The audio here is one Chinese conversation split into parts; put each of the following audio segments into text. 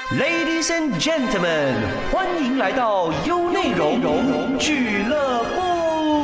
Ladies and gentlemen， 欢迎来到优内容俱乐部。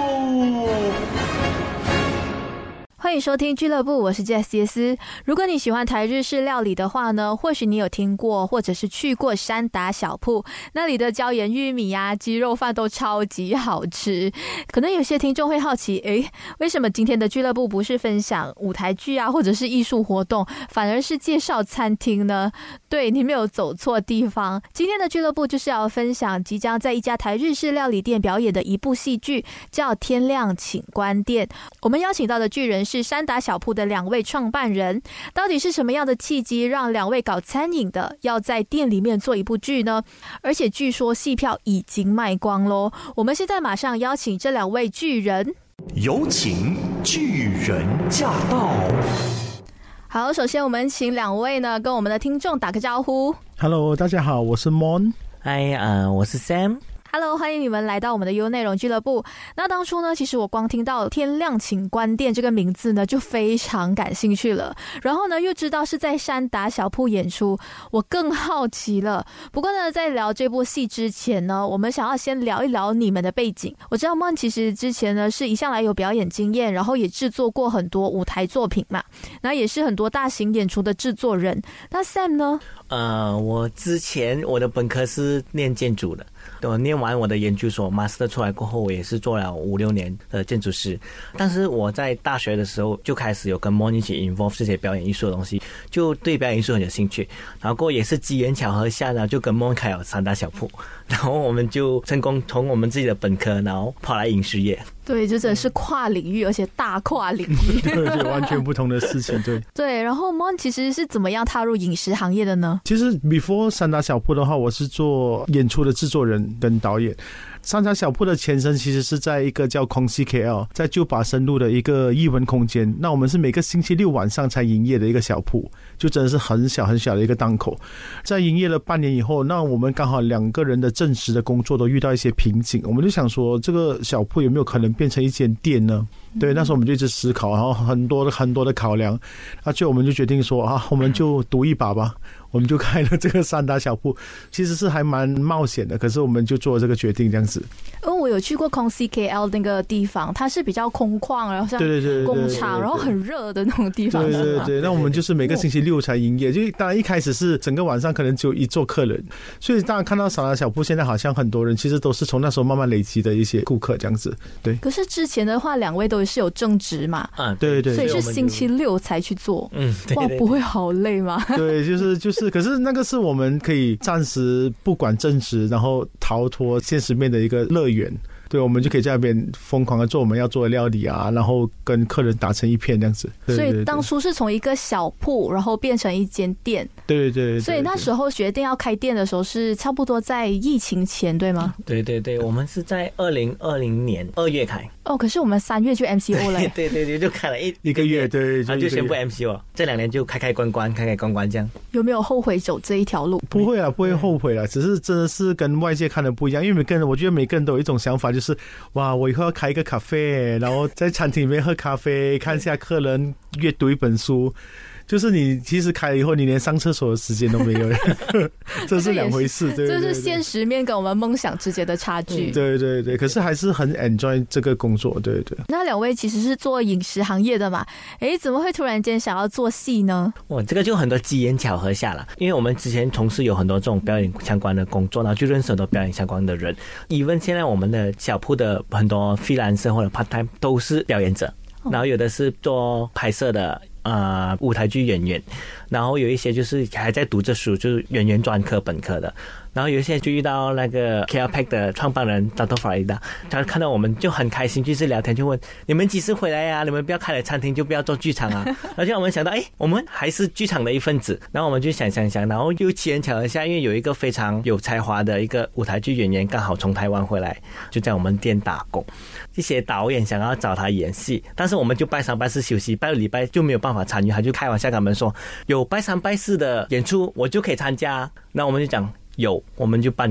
欢迎收听俱乐部，我是 Jess。 如果你喜欢台日式料理的话呢，或许你有听过或者是去过山达小铺，那里的椒盐玉米啊、鸡肉饭都超级好吃。可能有些听众会好奇，为什么今天的俱乐部不是分享舞台剧啊或者是艺术活动，反而是介绍餐厅呢？对，你没有走错地方，今天的俱乐部就是要分享即将在一家台日式料理店表演的一部戏剧，叫《天亮请关店》。我们邀请到的巨人是山达小铺的2位创办人，到底是什么样的契机让2位搞餐饮的要在店里面做一部剧呢？而且据说戏票已经卖光咯。我们现在马上邀请这2位巨人， 有请巨人驾到。 好，首先我们请2位呢跟我们的听众打个招呼。 Hello， 大家好，我是 Mon。 嗨，我是 Sam。Hello， 欢迎你们来到我们的优内容俱乐部。那当初呢，其实我光听到天亮请关店这个名字呢，就非常感兴趣了。然后呢，又知道是在山达小铺演出，我更好奇了。不过呢，在聊这部戏之前呢，我们想要先聊一聊你们的背景。我知道 Mon 其实之前呢是一向来有表演经验，然后也制作过很多舞台作品嘛，那也是很多大型演出的制作人。那 Sam 呢？ 我之前我的本科是念建筑的，我念完我的研究所 master 出来过后，我也是做了5-6年的建筑师。但是我在大学的时候就开始有跟 Mon 一起 involve 这些表演艺术的东西，就对表演艺术很有兴趣。然后过后也是机缘巧合下呢，就跟 Mon 开了山达小铺，然后我们就成功从我们自己的本科，然后跑来影视业。 对，就真的是跨领域，而且大跨领域， 对，完全不同的事情。对对，然后 Mon 其实是怎么样踏入影视行业的呢？ 其实 before 山达小铺的话，我是做演出的制作人跟导演。山达小铺的前身其实是在一个叫空隙 KL， 在旧巴生路的一个艺文空间。那我们是每个星期六晚上才营业的一个小铺，就真的是很小很小的一个档口。在营业了半年以后，那我们刚好2个人的正职的工作都遇到一些瓶颈，我们就想说这个小铺有没有可能变成一间店呢？对，那时候我们就一直思考，然后很多的考量，最后我们就决定说我们就赌一把吧。我们就开了这个山达小铺，其实是还蛮冒险的，可是我们就做了这个决定这样子。 我有去过空隙 KL 那个地方，它是比较空旷，然后像工厂，然后很热的那种地方。 对，那我们就是每个星期六才营业，就当然一开始是整个晚上可能只有1桌客人，所以大家看到山达小铺现在好像很多人其实都是从那时候慢慢累积的一些顾客这样子。对。可是之前的话2位都是有正职嘛， 对， 所以是星期六才去做。 对， 哇，不会好累吗？ 对，就是可是那个是我们可以暂时不管正职，然后逃脱现实面的一个乐园。对，我们就可以在那边疯狂的做我们要做的料理啊，然后跟客人打成一片这样子。对， 所以当初是从一个小铺，然后变成一间店。 对。 所以那时候决定要开店的时候是差不多在疫情前，对吗？ 对，我们是在2020年2月开。 可是我们3月就 MCO 了。 对，就开了一个月， 对， 然后就宣布 MCO 了。这2年就开关关这样。 有没有后悔走这一条路？ 不会后悔啦，只是真的是跟外界看的不一样，因为我觉得每个人都有一种想法，就是哇，我以后要开一个咖啡，然后在餐厅里面喝咖啡，看一下客人，阅读一本书。就是你其实开了以后，你连上厕所的时间都没有了，这是2回事。对， 这是现实面跟我们梦想之间的差距。 对，可是还是很 enjoy 这个工作。对。 那2位其实是做饮食行业的嘛，怎么会突然间想要做戏呢？ 这个就很多机缘巧合下了，因为我们之前从事有很多这种表演相关的工作，然后就认识很多表演相关的人。even 现在我们的小铺的很多 freelancer 或者 part time 都是表演者，然后有的是做拍摄的舞台剧演员，然后有一些就是还在读着书，就是演员专科本科的，然后有一些就遇到那个 KLPAC 的创办人Dato Farida，他看到我们就很开心，就是聊天就问你们几时回来呀？你们不要开了餐厅就不要做剧场啊。然后就让我们想到我们还是剧场的一份子，然后我们就想，然后又机缘巧合下，因为有一个非常有才华的一个舞台剧演员刚好从台湾回来，就在我们店打工。一些导演想要找他演戏，但是我们就拜3拜4休息，拜6礼拜就没有办法参与，他就开玩笑跟他们说有拜3拜4的演出我就可以参加，那我们就讲有，我们就办给你。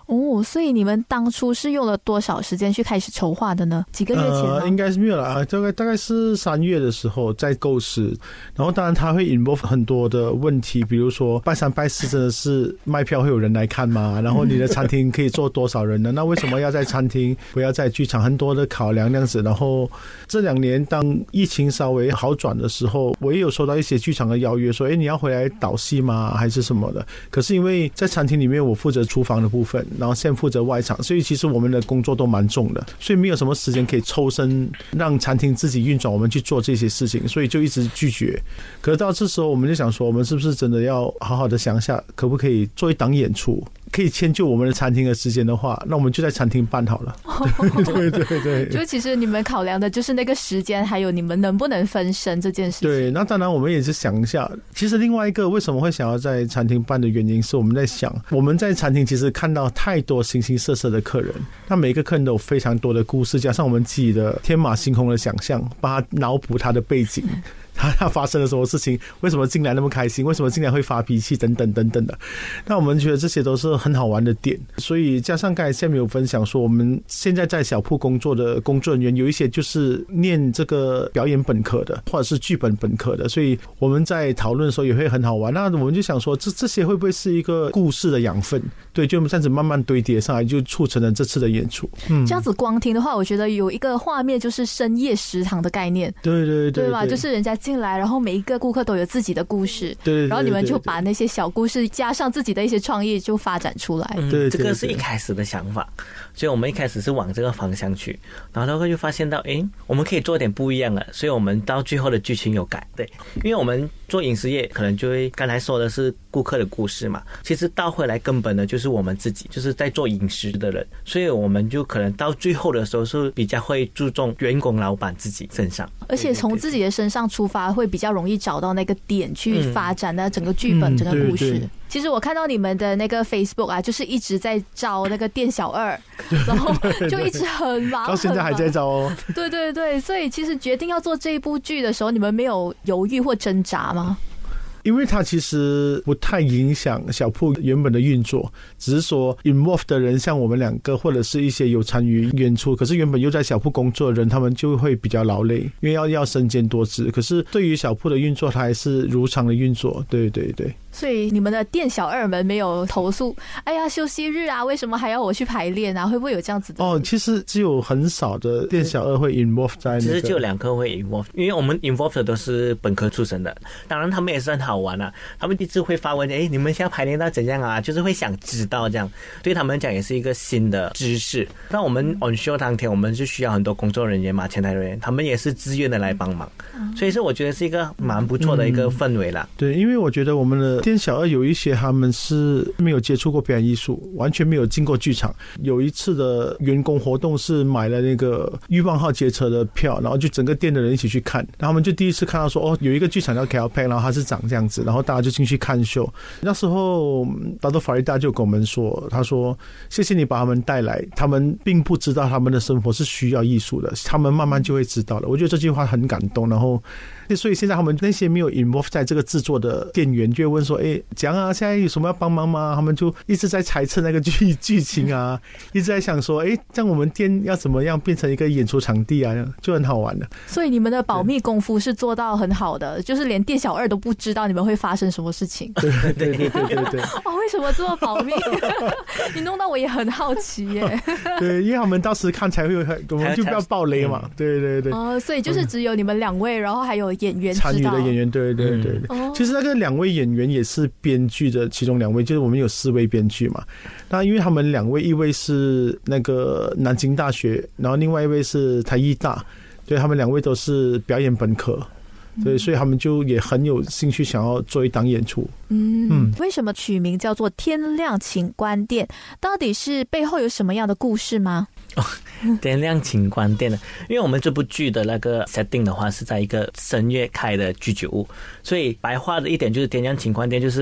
哦，所以你们当初是用了多少时间去开始筹划的呢？几个月前吗？ 应该是没有了，大概是3月的时候在构思，然后当然它会 involve 很多的问题，比如说拜3拜4真的是卖票会有人来看吗？然后你的餐厅可以坐多少人呢？那为什么要在餐厅不要在剧场？很多的考量这样子。然后这2年当疫情稍微好转的时候，我也有收到一些剧场的邀约说，你要回来导戏吗？还是什么的？可是因为在餐厅里面我负责厨房的部分，然后现负责外场，所以其实我们的工作都蛮重的，所以没有什么时间可以抽身让餐厅自己运转，我们去做这些事情，所以就一直拒绝。可是到这时候我们就想说，我们是不是真的要好好的想一下，可不可以做一档演出，可以迁就我们的餐厅的时间的话，那我们就在餐厅办好了。对对对对， 就其实你们考量的就是那个时间，还有你们能不能分身这件事情。 对，那当然我们也是想一下，其实另外一个为什么会想要在餐厅办的原因是我们在想，我们在餐厅其实看到太多形形色色的客人，那每个客人都有非常多的故事，加上我们自己的天马行空的想象，帮他脑补他的背景。他发生了什么事情？为什么进来那么开心？为什么进来会发脾气？等等等等的。那我们觉得这些都是很好玩的点。所以加上刚才Sam有分享说，我们现在在小铺工作的工作人员有一些就是念这个表演本科的，或者是剧本本科的，所以我们在讨论的时候也会很好玩。那我们就想说，这些会不会是一个故事的养分？对，就这样子慢慢堆叠上来，就促成了这次的演出。 这样子光听的话，我觉得有一个画面就是深夜食堂的概念。 对对 对， 对吧？就是人家进来，然后每一个顾客都有自己的故事， 对， 然后你们就把那些小故事加上自己的一些创意，就发展出来。 对， 这个是一开始的想法，所以我们一开始是往这个方向去，然后就发现到，我们可以做点不一样了，所以我们到最后的剧情有改。对，因为我们做饮食业可能就会刚才说的是顾客的故事嘛，其实倒回来根本的就是我们自己，就是在做饮食的人，所以我们就可能到最后的时候是比较会注重员工老板自己身上， 而且从自己的身上出发，会比较容易找到那个点去发展的整个剧本、整个故事。 对对， 其实我看到你们的那个 Facebook 啊，就是一直在招那个店小二，然后就一直很忙， 到现在还在招哦。 对对对，所以其实决定要做这一部剧的时候，你们没有犹豫或挣扎吗？ 因为它其实不太影响小铺原本的运作，只是说 involve 的人像我们2个或者是一些有参与演出可是原本又在小铺工作的人，他们就会比较劳累，因为要身兼多职。可是对于小铺的运作，它还是如常的运作。对对对， 所以你们的店小二们没有投诉，哎呀，休息日啊，为什么还要我去排练啊？会不会有这样子的？ 其实只有很少的店小二会 involve 在那个， 其实就2个会 involve， 因为我们 involve 的都是本科出身的，当然他们也是很好玩啊，他们一直会发问，你们现在排练到怎样啊？就是会想知道这样，对他们讲也是一个新的知识。那我们 on show 当天，我们就需要很多工作人员嘛，前台人员，他们也是自愿的来帮忙，所以是我觉得是一个蛮不错的一个氛围啦。 对，因为我觉得我们的店小二有一些他们是没有接触过表演艺术，完全没有进过剧场。有一次的员工活动是买了那个欲望号街车的票，然后就整个店的人一起去看，然后他们就第一次看到说，有一个剧场叫 KLPAC， 然后它是长这样子，然后大家就进去看秀。那时候达多法利达就跟我们说，他说谢谢你把他们带来，他们并不知道他们的生活是需要艺术的，他们慢慢就会知道了。我觉得这句话很感动。然后所以现在他们那些没有 involve 在这个制作的店员就会问说，讲啊，现在有什么要帮忙吗？他们就一直在猜测那个剧情啊，一直在想说，这样我们店要怎么样变成一个演出场地啊，就很好玩的。 所以你们的保密功夫是做到很好的，就是连店小二都不知道你们会发生什么事情。 对对对对对对。 为什么这么保密？你弄到我也很好奇耶。 对，因为他们当时看才会，我们就不要爆雷嘛。对对对。 所以就是只有你们2位，然后还有演员知道参与的演员，对对对对。其实那个2位演员也是编剧的其中2位，就是我们有4位编剧嘛。那因为他们2位，一位是那个南京大学，然后另外一位是台艺大，对，他们2位都是表演本科。对，所以他们就也很有兴趣想要做一档演出。 为什么取名叫做天亮请关店？到底是背后有什么样的故事吗？ 天亮请关店的，因为我们这部剧的那个 setting 的话是在一个深夜开的居酒屋，所以白话的一点就是天亮请关店，就是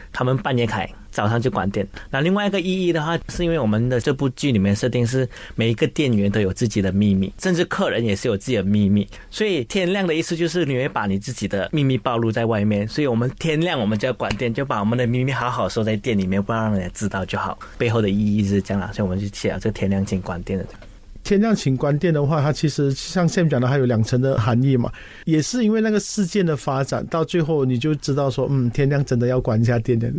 他们半夜开，早上就关店。那另外一个意义的话，是因为我们的这部剧里面设定是每一个店员都有自己的秘密，甚至客人也是有自己的秘密，所以天亮的意思就是你会把你自己的秘密暴露在外面，所以我们天亮我们就要关店，就把我们的秘密好好收在店里面，不要让人家知道就好。背后的意义是这样啦，所以我们就写了这个天亮请关店的。 天亮请关店的话，它其实像 Sam 讲的，还有2层的含义嘛。也是因为那个事件的发展，到最后你就知道说，天亮真的要关一下店的。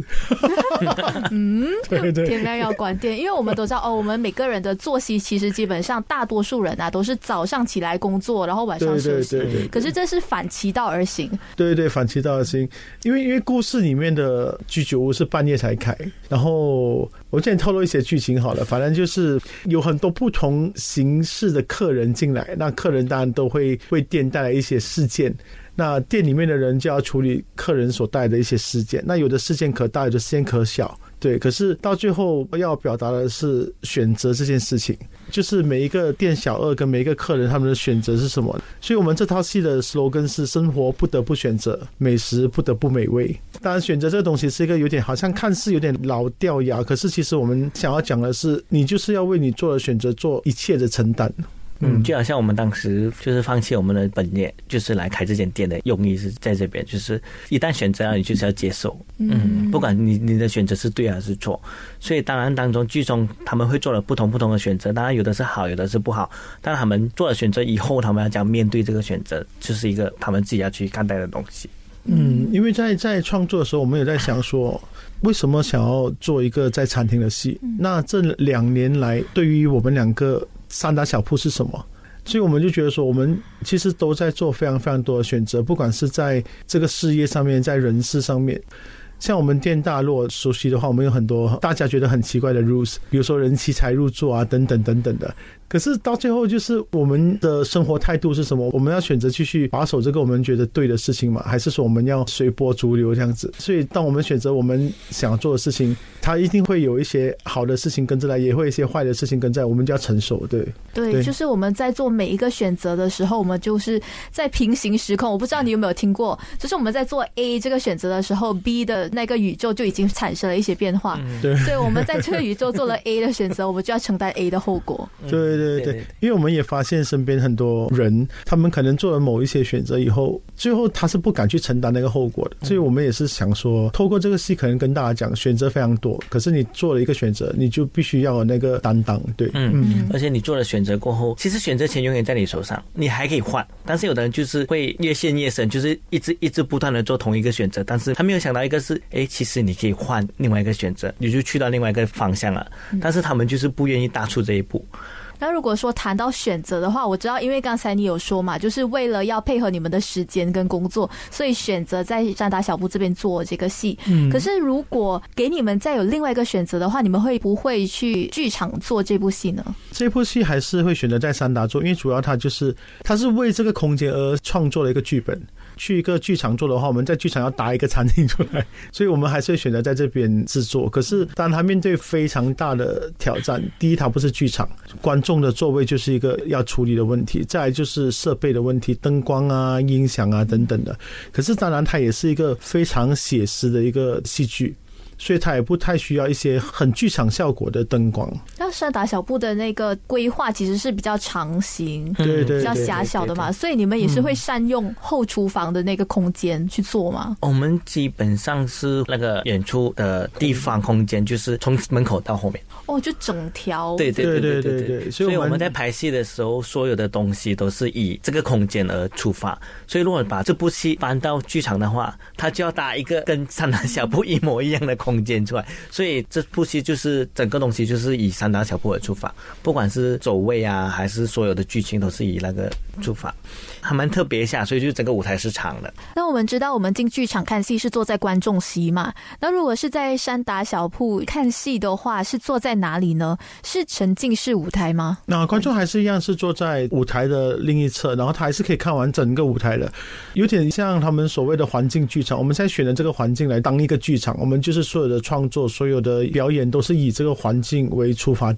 对对， 天亮要关店，因为我们都知道我们每个人的作息其实基本上大多数人都是早上起来工作，然后晚上休息。对。可是这是反其道而行。对， 反其道而行。因为故事里面的居酒屋是半夜才开，然后我现在透露一些剧情好了，反正就是有很多不同形式的客人进来，那客人当然都会为店带来一些事件，那店里面的人就要处理客人所带来的一些事件，那有的事件可大，有的事件可小，对。可是到最后要表达的是选择这件事情，就是每一个店小二跟每一个客人他们的选择是什么。所以我们这套戏的 slogan 是生活不得不选择，美食不得不美味。当然选择这个东西是一个有点好像看似有点老掉牙，可是其实我们想要讲的是，你就是要为你做的选择做一切的承担。 就好像我们当时就是放弃我们的本业，就是来开这间店的用意是在这边，就是一旦选择了，你就是要接受，不管你的选择是对还是错。所以当然当中剧中他们会做了不同的选择，当然有的是好，有的是不好。当然他们做了选择以后，他们要讲面对这个选择，就是一个他们自己要去看待的东西。 因为在创作的时候，我们有在想说，为什么想要做一个在餐厅的戏？那这2年来，对于我们2个三打小铺是什么？所以我们就觉得说，我们其实都在做非常非常多的选择，不管是在这个事业上面，在人事上面。像我们店大，如果熟悉的话，我们有很多大家觉得很奇怪的 rules， 比如说人妻才入座啊，等等等等的。可是到最后，就是我们的生活态度是什么？我们要选择继续把守这个我们觉得对的事情嘛，还是说我们要随波逐流这样子？所以当我们选择我们想做的事情，它一定会有一些好的事情跟着来，也会有一些坏的事情跟着来，我们就要承受。对， 就是我们在做每一个选择的时候，我们就是在平行时空。我不知道你有没有听过，就是我们在做 A 这个选择的时候， B 的那个宇宙就已经产生了一些变化。 对， 所以我们在这个宇宙做了 A 的选择，我们就要承担 A 的后果。 对，因为我们也发现身边很多人，他们可能做了某一些选择以后，最后他是不敢去承担那个后果的。所以我们也是想说，透过这个戏可能跟大家讲，选择非常多，可是你做了一个选择，你就必须要有那个担当。对， 而且你做了选择过后，其实选择权永远在你手上，你还可以换。但是有的人就是会越陷越深，就是一直不断的做同一个选择，但是他没有想到一个是，其实你可以换另外一个选择，你就去到另外一个方向了。但是他们就是不愿意踏出这一步。 那如果说谈到选择的话，我知道因为刚才你有说嘛，就是为了要配合你们的时间跟工作，所以选择在三打小铺这边做这个戏。可是如果给你们再有另外一个选择的话，你们会不会去剧场做这部戏呢？ 这部戏还是会选择在三打做，因为主要它是为这个空间而创作了一个剧本。去一个剧场做的话，我们在剧场要搭一个餐厅出来，所以我们还是会选择在这边制作。可是当然它面对非常大的挑战，第一它不是剧场，观众的座位就是一个要处理的问题，再来就是设备的问题，灯光啊音响啊等等的。可是当然它也是一个非常写实的一个戏剧，所以它也不太需要一些很剧场效果的灯光。 那三打小铺的那个规划其实是比较长型， 对， 比较狭小的嘛，所以你们也是会善用后厨房的那个空间去做吗？ 我们基本上是那个演出的地方空间，就是从门口到后面。 就整条。 对，所以我们在拍戏的时候，所有的东西都是以这个空间而出发。所以如果把这部戏搬到剧场的话，它就要搭一个跟三打小铺一模一样的空间出来。所以这部戏就是整个东西就是以三打小铺而出发，不管是走位啊，还是所有的剧情都是以那个出发，还蛮特别一下。所以就整个舞台是长的。 那我们知道我们进剧场看戏是坐在观众席嘛，那如果是在三打小铺看戏的话，是坐在哪里呢？是沉浸式舞台吗？ 那观众还是一样是坐在舞台的另一侧，然后他还是可以看完整个舞台的，有点像他们所谓的环境剧场。我们现在选的这个环境来当一个剧场，我们就是所有的创作，所有的表演都是以这个环境为出发点。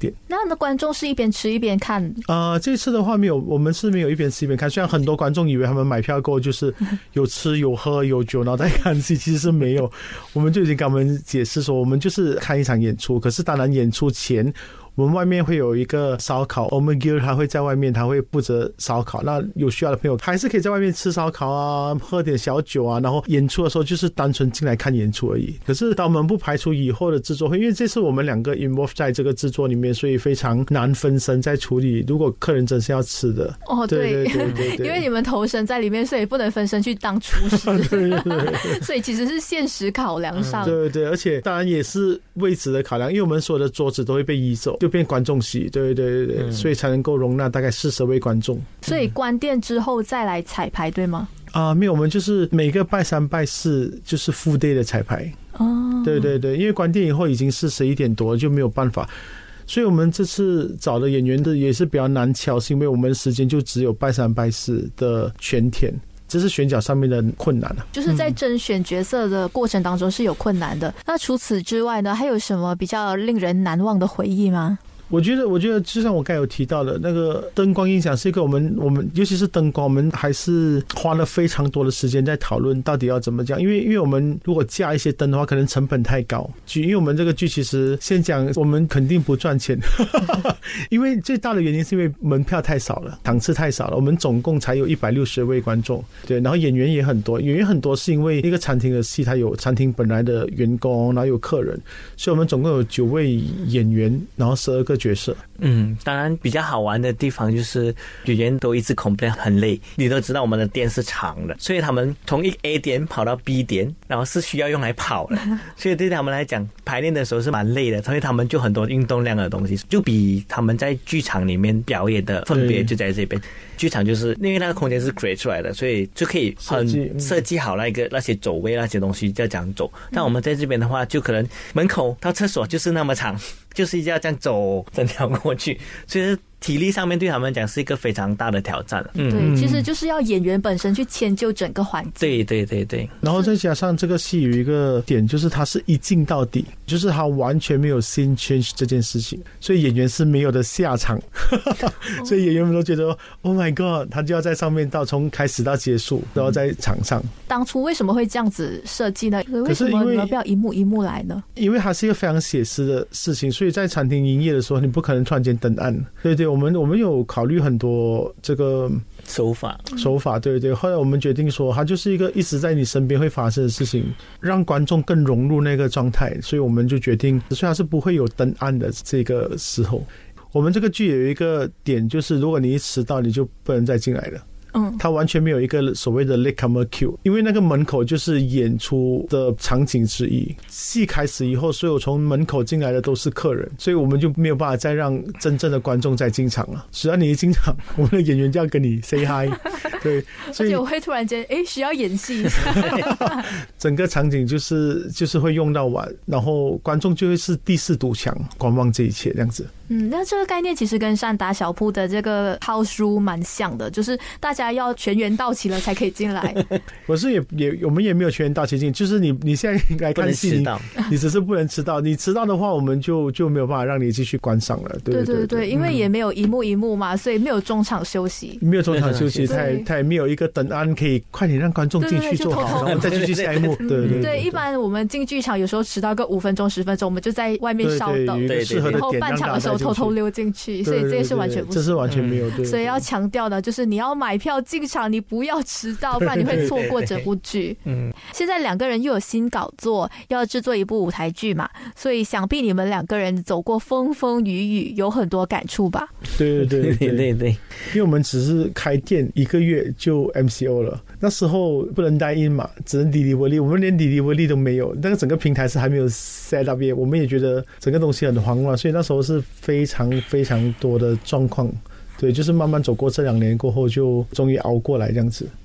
的观众是一边吃一边看？ 这次的话没有，我们是没有一边吃一边看。虽然很多观众以为他们买票过后就是有吃有喝有酒，然后再看戏，其实是没有。我们就已经跟他们解释说，我们就是看一场演出。可是当然演出前，我们外面会有一个烧烤，我们 Gear 他会在外面，他会负责烧烤。那有需要的朋友还是可以在外面吃烧烤啊，喝点小酒啊，然后演出的时候就是单纯进来看演出而已。可是当我们不排除以后的制作会，因为这次我们两个 involve 在这个制作里面，所以非常难分身在处理。如果客人真是要吃的， 对， 对， 因为你们投身在里面，所以不能分身去当厨师，对，所以其实是现实考量上， 对，而且当然也是位置的考量，因为我们所有的桌子都会被移走，就变观众席，对，所以才能够容纳大概40位观众。 所以关店之后再来彩排，对吗？ 没有，我们就是每个拜3拜4就是 full day 的彩排。对，因为关店以后已经是11点多了，就没有办法。所以我们这次找的演员的也是比较难敲，是因为我们时间就只有拜3拜4的全天。这是选角上面的困难啊， 就是在甄选角色的过程当中是有困难的。那除此之外呢，还有什么比较令人难忘的回忆吗？ 我觉得就像我刚才有提到的那个灯光音响是一个我们尤其是灯光，我们还是花了非常多的时间在讨论到底要怎么讲，因为我们如果架一些灯的话，可能成本太高。因为我们这个剧其实先讲，我们肯定不赚钱，因为最大的原因是因为门票太少了，场次太少了，我们总共才有160位观众，对，然后演员也很多，是因为一个餐厅的戏，它有餐厅本来的员工，然后有客人，所以我们总共有9位演员，然后12个角色。 当然比较好玩的地方就是演员都一直 complain 很累，你都知道我们的店是长的，所以他们从一 A 点跑到 B 点，然后是需要用来跑的，所以对他们来讲排练的时候是蛮累的，所以他们就很多运动量的东西，就比他们在剧场里面表演的分别就在这边。剧场就是因为那个空间是 create 出来的，所以就可以很设计好那些走位那些东西要这样走。但我们在这边的话，就可能门口到厕所就是那么长，就是要这样走整条过去，所以体力上面对他们讲是一个非常大的挑战。 对，其实就是要演员本身去迁就整个环境。 对。 然后再加上这个戏有一个点，就是它是一镜到底，就是它完全没有 scene change 这件事情，所以演员是没有的下场，所以演员们都觉得 Oh my God， 他就要在上面从开始到结束都要在场上。当初为什么会这样子设计呢？为什么你们不要一幕一幕来呢？因为它是一个非常写实的事情，所以在餐厅营业的时候，你不可能突然间登岸。对，我们有考虑很多这个手法， 对。后来我们决定说，它就是一个一直在你身边会发生的事情，让观众更融入那个状态，所以我们就决定，虽然是不会有登岸的这个时候。我们这个剧有一个点，就是如果你一迟到，你就不能再进来了。它完全没有一个所谓的 latecomer queue， 因为那个门口就是演出的场景之一。戏开始以后，所有从门口进来的都是客人，所以我们就没有办法再让真正的观众再进场了。只要你一进场，我们的演员就要跟你 say hi， 对， 所以我会突然间需要演戏， 整个场景就是会用到完，然后观众就会是第4堵墙观望这一切这样子。 那这个概念其实跟善达小铺的这个 house rule 蛮像的，就是大家要全员到齐了才可以进来。 可是我们也没有全员到齐进，就是你现在来看戏，你只是不能迟到，你迟到的话，我们就没有办法让你继续观赏了。 对，因为也没有一幕一幕嘛，所以没有中场休息，他也没有一个等安可以快点让观众进去坐好，然后再继续下一幕。对，一般我们进剧场有时候迟到个5分钟10分钟，我们就在外面稍等，然后半场的时候偷偷溜进去，所以这个是完全不行， 这是完全没有。 所以要强调的就是你要买票进场，你不要迟到，不然你会错过整部剧。现在2个人又有新稿作，要制作一部舞台剧嘛，所以想必你们2个人走过风风雨雨，有很多感触吧？对，因为我们只是开店1个月就 MCO 了，那时候不能dine in嘛，只能 delivery， 我们连 delivery 都没有，那个整个平台是还没有 set up yet， 我们也觉得整个东西很慌乱，所以那时候是非常非常多的状况。对，就是慢慢走过这2年过后，就终于熬过来这样子。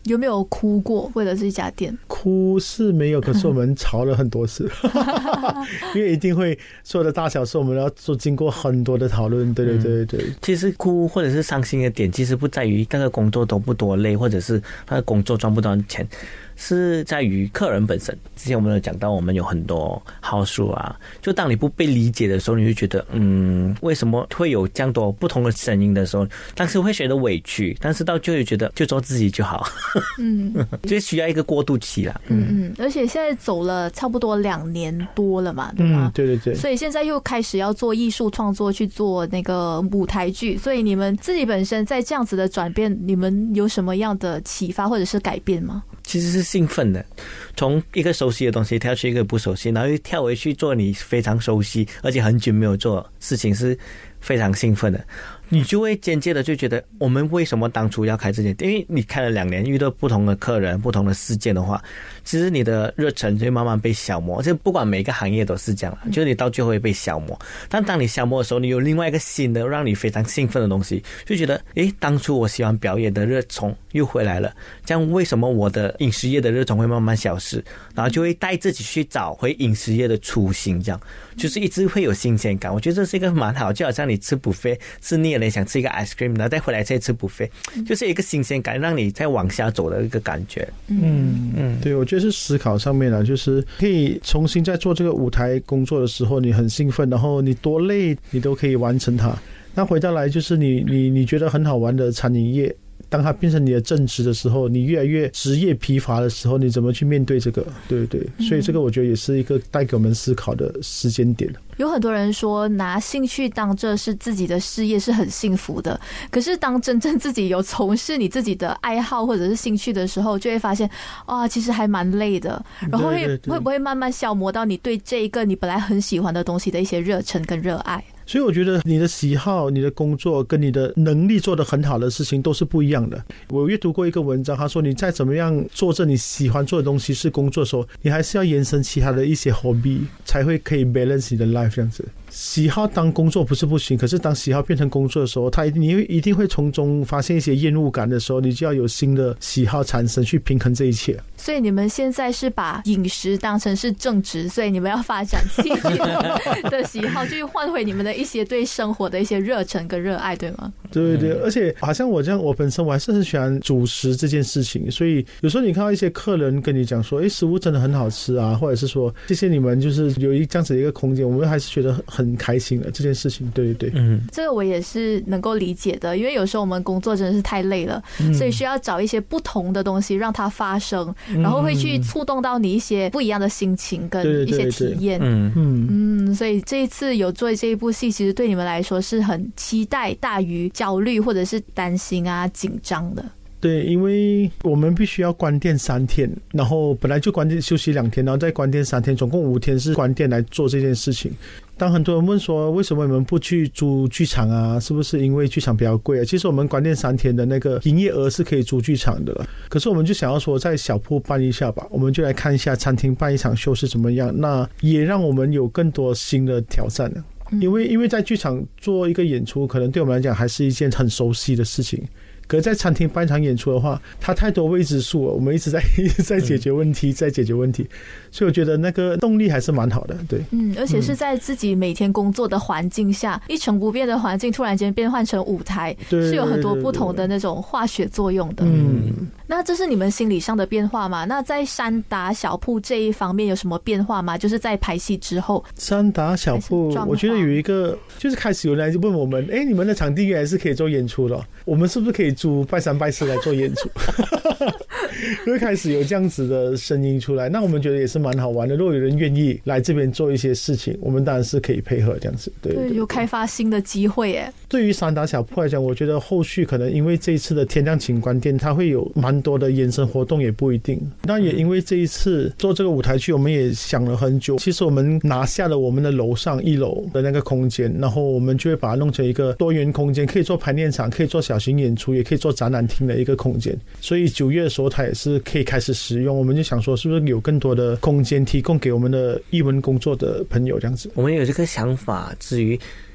有没有哭过为了这家店？ 哭是没有，可是我们吵了很多次，因为一定会所有的大小事我们要做经过很多的讨论。对对对对， 其实哭或者是伤心的点，其实不在于那个工作多不多累，或者是那个工作赚不赚钱，是在于客人本身。之前我们有讲到，我们有很多号数啊，就当你不被理解的时候，你就觉得为什么会有这样多不同的声音的时候，当时会觉得委屈，但是到最后觉得就做自己就好。就需要一个过渡期啦。 而且现在走了差不多2年多了嘛，对吗？ 对对对。 所以现在又开始要做艺术创作，去做那个舞台剧。所以你们自己本身在这样子的转变，你们有什么样的启发或者是改变吗？ 其实是兴奋的，从一个熟悉的东西跳去一个不熟悉，然后又跳回去做你非常熟悉而且很久没有做事情，是非常兴奋的。你就会间接的就觉得我们为什么当初要开这间店，因为你开了2年，遇到不同的客人不同的事件的话，其实你的热忱就会慢慢被消磨。这不管每个行业都是这样，就是你到最后会被消磨。但当你消磨的时候，你有另外一个新的让你非常兴奋的东西，就觉得当初我喜欢表演的热衷又回来了，这样为什么我的饮食业的热衷会慢慢消失，然后就会带自己去找回饮食业的初心，这样就是一直会有新鲜感。我觉得这是一个蛮好，就好像你吃 buffet 吃腻了想吃一个 ice cream， 然后再回来再吃 buffet， 就是一个新鲜感，让你再往下走的一个感觉。 对，我觉得是思考上面就是可以重新在做这个舞台工作的时候，你很兴奋，然后你多累你都可以完成它。那回到来就是你觉得很好玩的餐饮业，当它变成你的正职的时候，你越来越职业疲乏的时候，你怎么去面对这个？对对，所以这个我觉得也是一个带给我们思考的时间点。 有很多人说拿兴趣当这是自己的事业是很幸福的，可是当真正自己有从事你自己的爱好或者是兴趣的时候，就会发现其实还蛮累的，然后会不会慢慢消磨到你对这一个你本来很喜欢的东西的一些热忱跟热爱？ 所以我觉得你的喜好、你的工作跟你的能力做得很好的事情都是不一样的。我阅读过一个文章，他说你再怎么样做着你喜欢做的东西是工作的时候，你还是要延伸其他的一些 hobby， 才会可以 balance 你的 life 这样子。喜好当工作不是不行，可是当喜好变成工作的时候，你一定会从中发现一些厌恶感的时候，你就要有新的喜好产生去平衡这一切。 所以你们现在是把饮食当成是正职，所以你们要发展自己的喜好，去换回你们的一些对生活的一些热忱跟热爱，对吗？ 对对，而且好像我这样，我本身我还是很喜欢主食这件事情，所以有时候你看到一些客人跟你讲说，食物真的很好吃啊，或者是说谢谢你们，就是有这样子的一个空间，我们还是觉得很开心的这件事情。对对对， 这个我也是能够理解的，因为有时候我们工作真的是太累了，所以需要找一些不同的东西让它发生，然后会去触动到你一些不一样的心情跟一些体验。所以这一次有做这一部戏，其实对你们来说是很期待大于焦虑或者是担心啊紧张的。 对，因为我们必须要关店3天，然后本来就关店休息2天，然后再关店3天，总共5天是关店来做这件事情。当很多人问说为什么你们不去租剧场啊，是不是因为剧场比较贵啊？其实我们关店3天的那个营业额是可以租剧场的了，可是我们就想要说在小铺办一下吧，我们就来看一下餐厅办一场秀是怎么样，那也让我们有更多新的挑战了。因为在剧场做一个演出，可能对我们来讲还是一件很熟悉的事情，可是在餐厅办一场演出的话，它太多未知数了，我们一直在解决问题，在解决问题，所以我觉得那个动力还是蛮好的。对， 而且是在自己每天工作的环境下，一成不变的环境突然间变换成舞台，是有很多不同的那种化学作用的。那这是你们心理上的变化吗？那在山达小铺这一方面有什么变化吗？就是在排戏之后， 山达小铺我觉得有一个就是开始有人来问我们，你们的场地原来是可以做演出的，我们是不是可以租拜3拜4来做演出？会开始有这样子的声音出来，那我们觉得也是蛮好玩的。如果有人愿意来这边做一些事情，我们当然是可以配合这样子。对， 有开发新的机会耶。 对于山达小铺来讲，我觉得后续可能因为这一次的天亮请关店，它会有蛮多的延伸活动，也不一定。那也因为这一次做这个舞台剧，我们也想了很久。其实我们拿下了我们的楼上1楼的那个空间，然后我们就会把它弄成一个多元空间，可以做排练场，可以做小型演出，也可以做展览厅的一个空间。所以9月的时候它也是可以开始使用，我们就想说是不是有更多的空间提供给我们的艺文工作的朋友这样子。 我们有这个想法，至于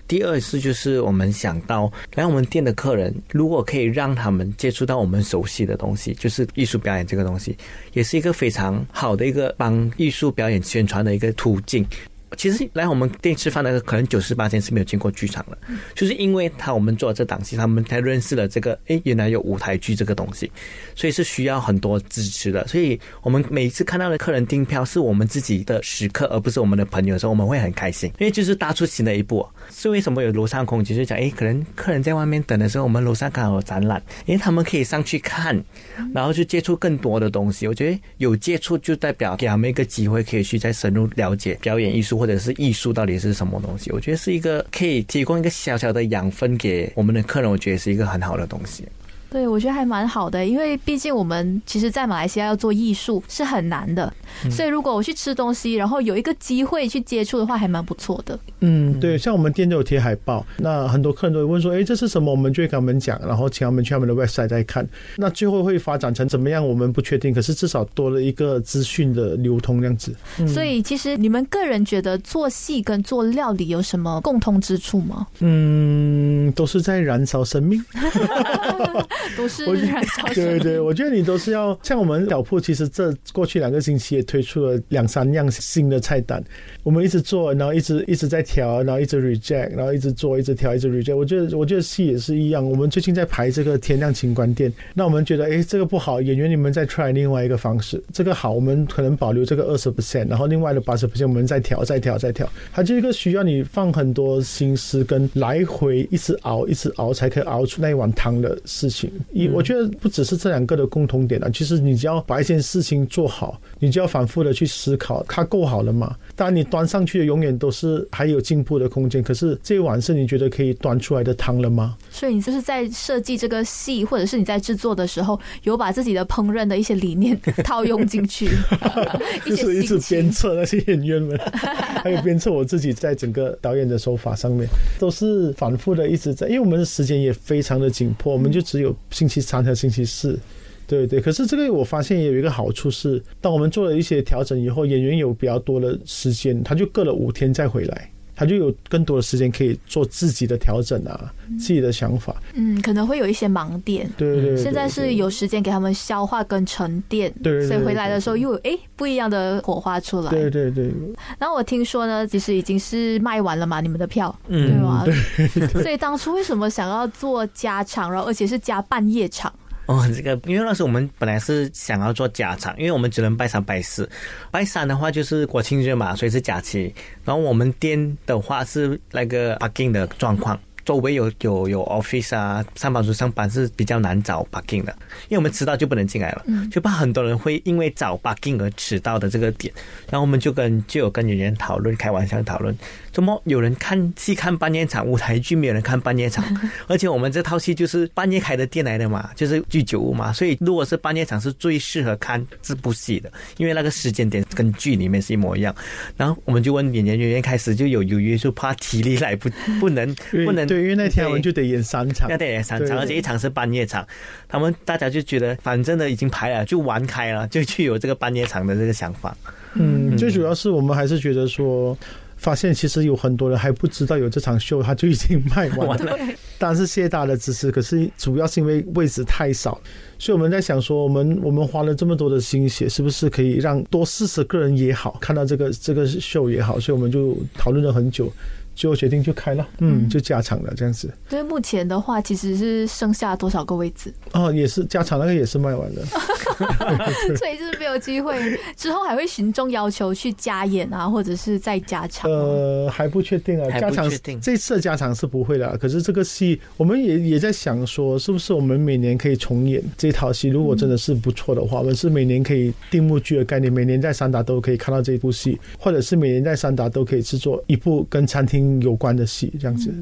第二是就是我们想到来我们店的客人，如果可以让他们接触到我们熟悉的东西，就是艺术表演这个东西，也是一个非常好的一个帮艺术表演宣传的一个途径。其实来我们店吃饭的可能98%是没有见过剧场的，就是因为我们做这档戏，他们才认识了这个原来有舞台剧这个东西，所以是需要很多支持的。所以我们每一次看到的客人订票是我们自己的时刻，而不是我们的朋友的时候，我们会很开心，因为就是踏出新的一步。是为什么有楼上空间，就是讲可能客人在外面等的时候，我们楼上刚好有展览，他们可以上去看，然后去接触更多的东西。我觉得有接触就代表给他们一个机会，可以去再深入了解表演艺术或者是艺术到底是什么东西。我觉得是一个可以提供一个小小的养分给我们的客人，我觉得是一个很好的东西。 对，我觉得还蛮好的，因为毕竟我们其实在马来西亚要做艺术是很难的，所以如果我去吃东西，然后有一个机会去接触的话，还蛮不错的。 对，像我们店都有贴海报，那很多客人都会问说，这是什么？我们就会跟他们讲，然后请他们去他们的 website 再看。那最后会发展成怎么样，我们不确定，可是至少多了一个资讯的流通这样子。 所以其实你们个人觉得做戏跟做料理有什么共通之处吗？ 都是在燃烧生命。 都是燃烧生命。 对，我觉得你都是要像我们小铺，其实这过去2个星期也推出了2-3样新的菜单，我们一直做，然后一直在调，然后一直 reject， 然后一直做，一直调，一直 reject。我觉得戏也是一样，我们最近在排这个天亮晴观店，那我们觉得这个不好，演员你们再 try 另外一个方式，这个好，我们可能保留这个 20%， 然后另外的 80% 我们再调。它就是一个需要你放很多心思跟来回一直熬才可以熬出那一碗汤的事情。我觉得不只是这2个的共同点其实你只要把一件事情做好，你就要反复的去思考它够好了吗？当然你端上去的永远都是还有进步的空间，可是这一碗是你觉得可以端出来的汤了吗？ 所以你就是在设计这个戏，或者是你在制作的时候，有把自己的烹饪的一些理念套用进去。 就是一直鞭策那些演员们，还有鞭策我自己，在整个导演的手法上面都是反复的一直在，因为我们的时间也非常的紧迫，我们就只有星期3和星期4。对，可是这个我发现也有一个好处是，当我们做了一些调整以后，演员有比较多的时间，他就隔了5天再回来，他就有更多的时间可以做自己的调整自己的想法。 可能会有一些盲点。 对， 现在是有时间给他们消化跟沉淀。 对， 所以回来的时候又有不一样的火花出来。 对。 然后我听说呢，其实已经是卖完了嘛，你们的票，对吗？所以当初为什么想要做加场，然后而且是加半夜场？ 这个因为那时候我们本来是想要做加场，因为我们只能拜3拜4，拜3的话就是国庆日嘛，所以是假期。然后我们店的话是那个 parking 的状况，周围有 office 上班族上班是比较难找 parking 的，因为我们迟到就不能进来了，就怕很多人会因为找 parking 而迟到的这个点。然后我们就有跟演员讨论，开玩笑讨论，怎么有人看戏看半夜场，舞台剧没有人看半夜场，而且我们这套戏就是半夜开的店来的嘛，就是居酒屋嘛，所以如果是半夜场是最适合看这部戏的，因为那个时间点跟剧里面是一模一样。然后我们就问演员开始就有犹豫，就怕体力来不能对，因为那天我们就得演3场， 要得演3场，而且一场是半夜场，大家就觉得反正的已经排了，就玩开了，就有这个半夜场的这个想法。 最主要是我们还是觉得说，发现其实有很多人还不知道有这场秀，他就已经卖完了。当然是谢谢大家的支持，可是主要是因为位置太少，所以我们在想说，我们花了这么多的心血，是不是可以让多40个人也好，看到这个秀也好，所以我们就讨论了很久。就决定就开了，就加场了这样子。 对，目前的话其实是剩下多少个位置？ 也是加场那个也是卖完了， 所以就是没有机会。之后还会群众要求去加演或者是再加场？ 还不确定加场这次的加场是不会的，可是这个戏我们也在想说，是不是我们每年可以重演这套戏？如果真的是不错的话，我们是每年可以定目剧的概念，每年在三达都可以看到这部戏，或者是每年在三达都可以制作一部跟餐厅有关的戏，这样子。对。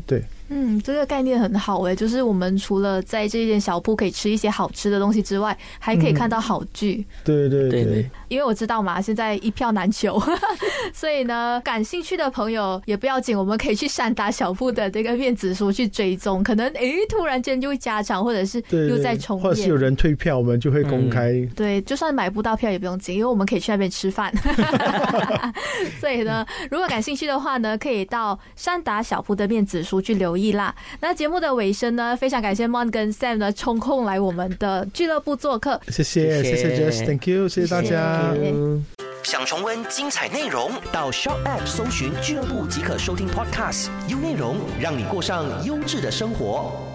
这个概念很好诶，就是我们除了在这间小铺可以吃一些好吃的东西之外，还可以看到好剧。 对对对， 因为我知道嘛，现在一票难求，所以呢，感兴趣的朋友也不要紧，我们可以去山达小铺的这个面子书去追踪，可能突然间就会加长，或者是又在重演， 或者是有人退票，我们就会公开。 对，就算买不到票也不用紧，因为我们可以去那边吃饭。所以呢，如果感兴趣的话呢，可以到山达小铺的面子书去留意啦。那节目的尾声呢，非常感谢 Mon 跟 Sam 呢抽空来我们的俱乐部做客， 谢谢 Jess，Thank you， 谢谢大家。 想重温精彩内容，到 Shock App 搜寻俱乐部即可收听 Podcast， 优内容让你过上优质的生活。